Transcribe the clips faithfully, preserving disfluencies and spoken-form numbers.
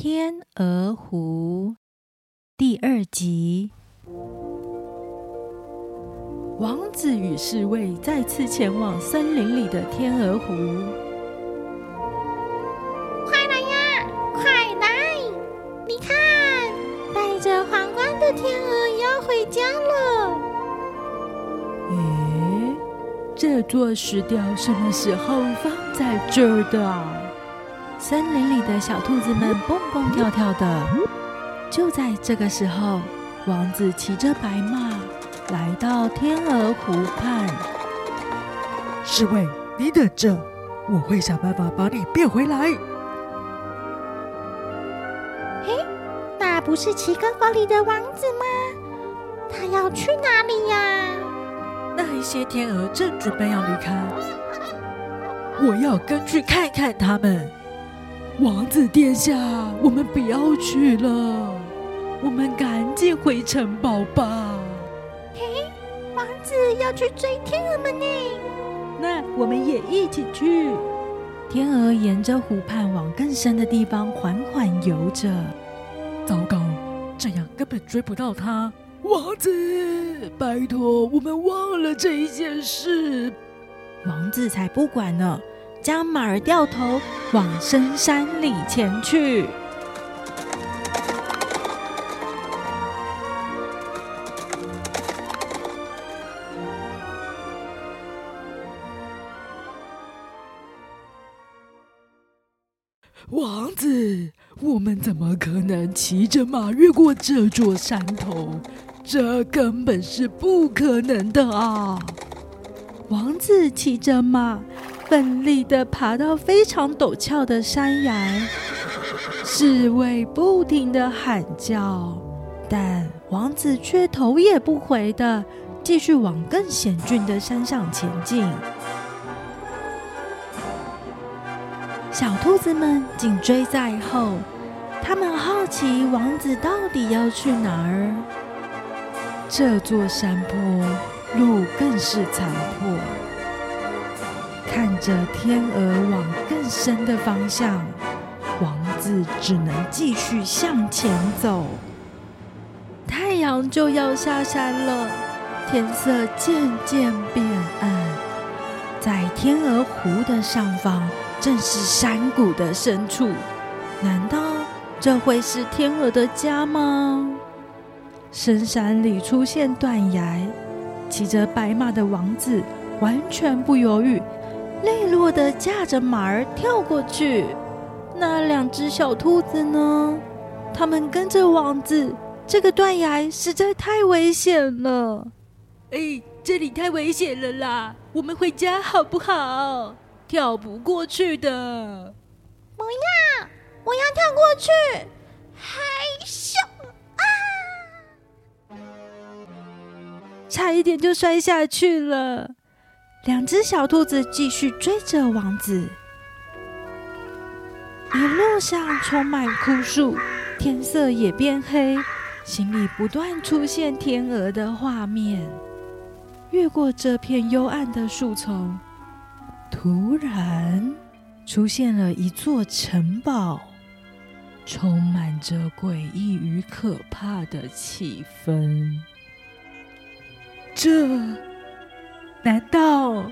天鹅湖第二集。王子与侍卫再次前往森林里的天鹅湖。 快来呀，快来！你看，戴着皇冠的天鹅要回家了。 诶，这座石雕什么时候放在这儿的啊？森林里的小兔子们蹦蹦跳跳的。就在这个时候，王子骑着白马来到天鹅湖畔。 侍卫，你等着，我会想办法把你变回来。 嘿，那不是齐格弗里的王子吗？他要去哪里呀？ 那一些天鹅正准备要离开，我要跟去看看他们。王子殿下，我们不要去了，我们赶紧回城堡吧。 嘿，王子要去追天鹅们呢， 那我们也一起去。天鹅沿着湖畔往更深的地方缓缓游着。 糟糕，这样根本追不到他。王子，拜托，我们忘了这一件事。 王子才不管呢，将马儿掉头往深山里前去。 王子，我们怎么可能骑着马越过这座山头？这根本是不可能的啊！ 王子骑着马奋力地爬到非常陡峭的山崖，侍卫不停地喊叫，但王子却头也不回地继续往更险峻的山上前进。小兔子们紧追在后，他们好奇王子到底要去哪儿。这座山坡路更是残破，看着天鹅往更深的方向，王子只能继续向前走。太阳就要下山了，天色渐渐变暗，在天鹅湖的上方正是山谷的深处，难道这会是天鹅的家吗？深山里出现断崖，骑着白马的王子完全不犹豫，利落地驾着马儿跳过去。那两只小兔子呢？它们跟着王子，这个断崖实在太危险了。哎，这里太危险了啦，我们回家好不好？跳不过去的。 不要，我要跳过去。害羞啊！ 差一点就摔下去了。两只小兔子继续追着王子，一路上充满枯树，天色也变黑，心里不断出现天鹅的画面。越过这片幽暗的树丛，突然出现了一座城堡，充满着诡异与可怕的气氛。 这难道……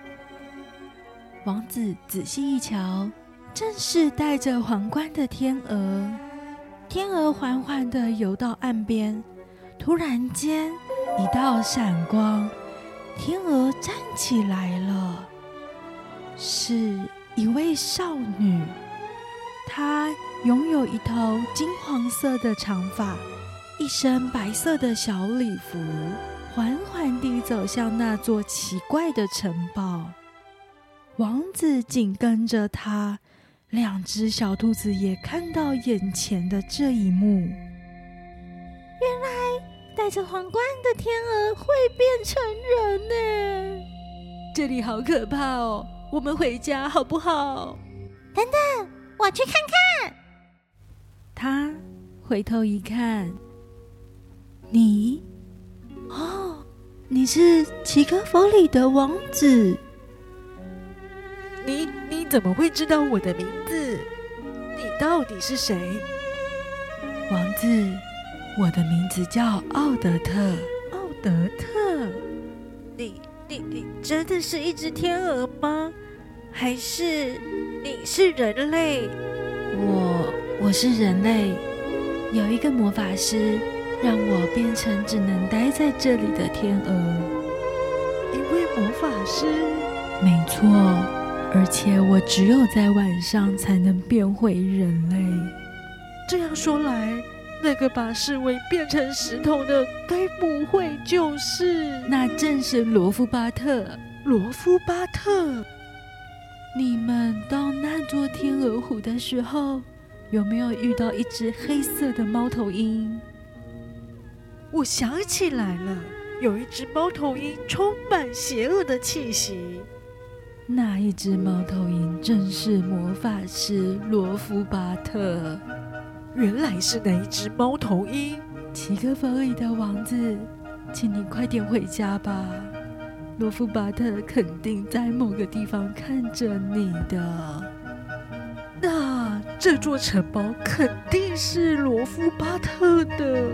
王子仔细一瞧，正是戴着皇冠的天鹅。天鹅缓缓地游到岸边，突然间一道闪光，天鹅站起来了，是一位少女。她拥有一头金黄色的长发，一身白色的小礼服，缓缓地走向那座奇怪的城堡。王子紧跟着他，两只小兔子也看到眼前的这一幕。 原来戴着皇冠的天鹅会变成人呢！ 这里好可怕哦，我们回家好不好？ 等等，我去看看。 他回头一看，你，哦，你是齐格弗里的王子。 你你怎么会知道我的名字？你到底是谁？ 王子，我的名字叫奥德特。 奥德特，你你你真的是一只天鹅吗？还是你是人类？ 我我是人类，有一个魔法师让我变成只能待在这里的天鹅。 一位魔法师？ 没错，而且我只有在晚上才能变回人类。 这样说来，那个把侍卫变成石头的，该不会就是…… 那正是罗夫巴特。 罗夫巴特， 你们到那座天鹅湖的时候，有没有遇到一只黑色的猫头鹰？ 我想起来了，有一只猫头鹰充满邪恶的气息。 那一只猫头鹰正是魔法师罗夫巴特。 原来是那一只猫头鹰。 齐格弗里的王子，请你快点回家吧，罗夫巴特肯定在某个地方看着你的。 那这座城堡肯定是罗夫巴特的。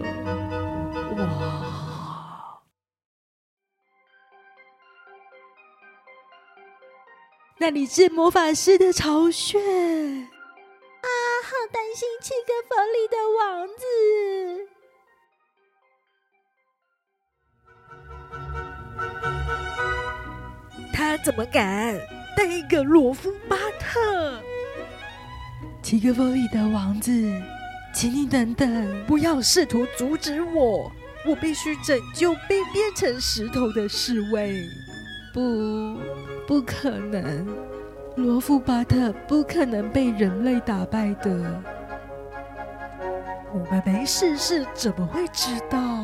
哇！ 那里是魔法师的巢穴。 啊，好担心齐格弗里的王子。他怎么敢带一个罗夫巴特？ 齐格弗里的王子，请你等等， 不要试图阻止我，我必须拯救被变成石头的侍卫。 不，不可能，罗夫巴特不可能被人类打败的。 我们没试试怎么会知道？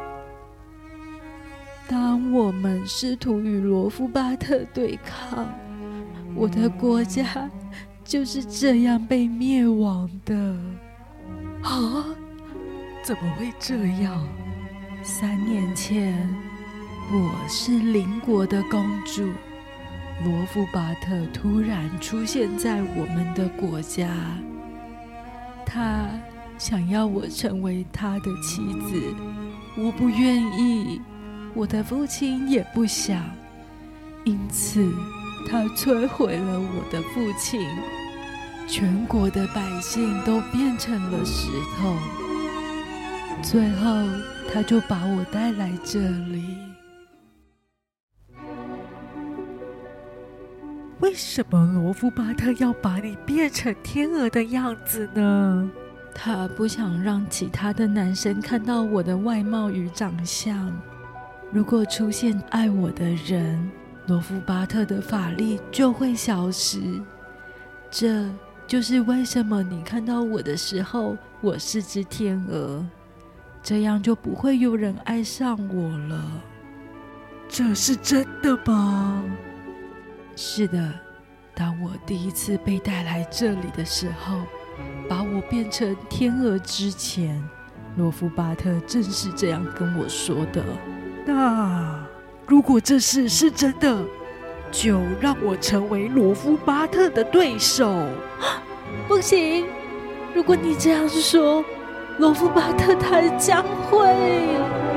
当我们试图与罗夫巴特对抗，我的国家就是这样被灭亡的。 啊？怎么会这样？ 三年前，我是邻国的公主，罗夫巴特突然出现在我们的国家，他想要我成为他的妻子，我不愿意，我的父亲也不想，因此他摧毁了我的父亲，全国的百姓都变成了石头，最后他就把我带来这里。 为什么罗夫巴特要把你变成天鹅的样子呢？ 他不想让其他的男生看到我的外貌与长相。如果出现爱我的人，罗夫巴特的法力就会消失。这就是为什么你看到我的时候，我是只天鹅，这样就不会有人爱上我了。 这是真的吗？ 是的，当我第一次被带来这里的时候，把我变成天鹅之前，罗夫巴特正是这样跟我说的。 那如果这事是真的，就让我成为罗夫巴特的对手。 不行，如果你这样说，罗夫巴特他将会……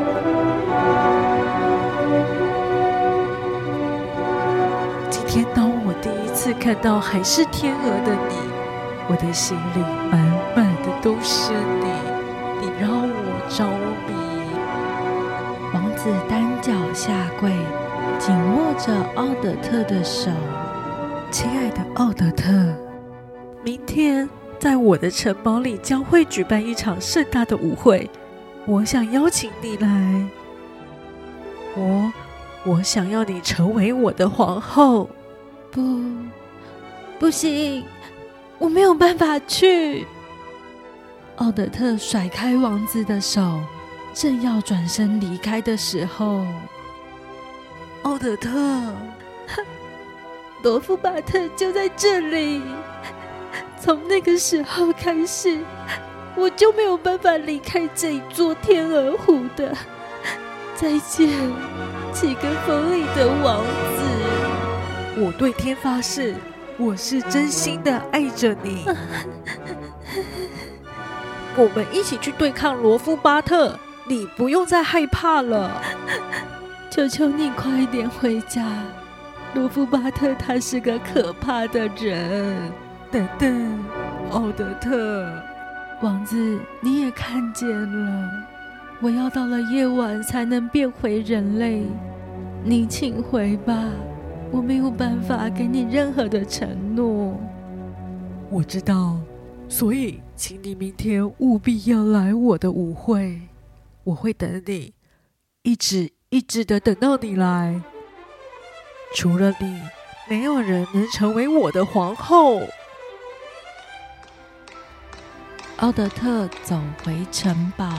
今天当我第一次看到还是天鹅的你，我的心里满满的都是你，你让我着迷。 王子单脚下跪，紧握着奥德特的手。 亲爱的奥德特，明天在我的城堡里将会举办一场盛大的舞会，我想邀请你来。我我想要你成为我的皇后。 不，不行，我没有办法去。奥德特甩开王子的手，正要转身离开的时候， 奥德特， 罗夫巴特就在这里。从那个时候开始，我就没有办法离开这一座天鹅湖的。再见，齐格弗里的王子。 我对天发誓，我是真心的爱着你。 我们一起去对抗罗夫巴特，你不用再害怕了。 求求你快点回家，罗夫巴特他是个可怕的人。 等等，奥德特， 王子，你也看见了，我要到了夜晚才能变回人类，你请回吧，我没有办法给你任何的承诺。 我知道，所以请你明天务必要来我的舞会，我会等你，一直一直的等到你来。除了你，没有人能成为我的皇后。 奥德特走回城堡，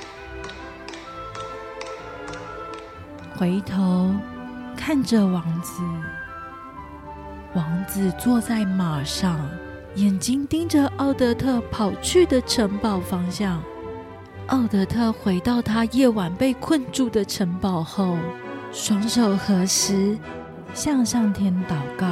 回头看着王子。王子坐在马上，眼睛盯着奥德特跑去的城堡方向。奥德特回到他夜晚被困住的城堡后，双手合十，向上天祷告。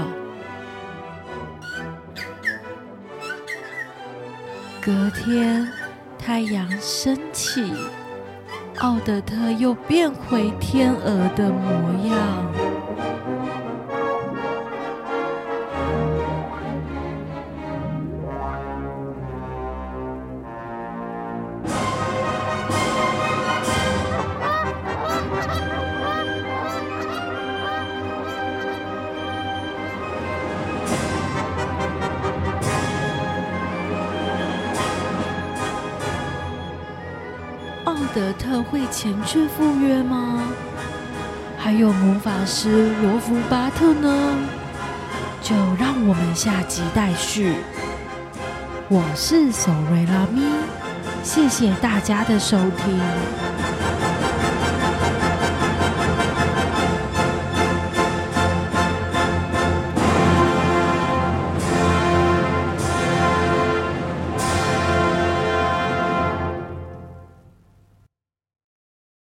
隔天，太阳升起，奥德特又变回天鹅的模样。奥德特会前去赴约吗？还有魔法师罗福巴特呢？就让我们下集待续。我是索瑞拉咪，谢谢大家的收听。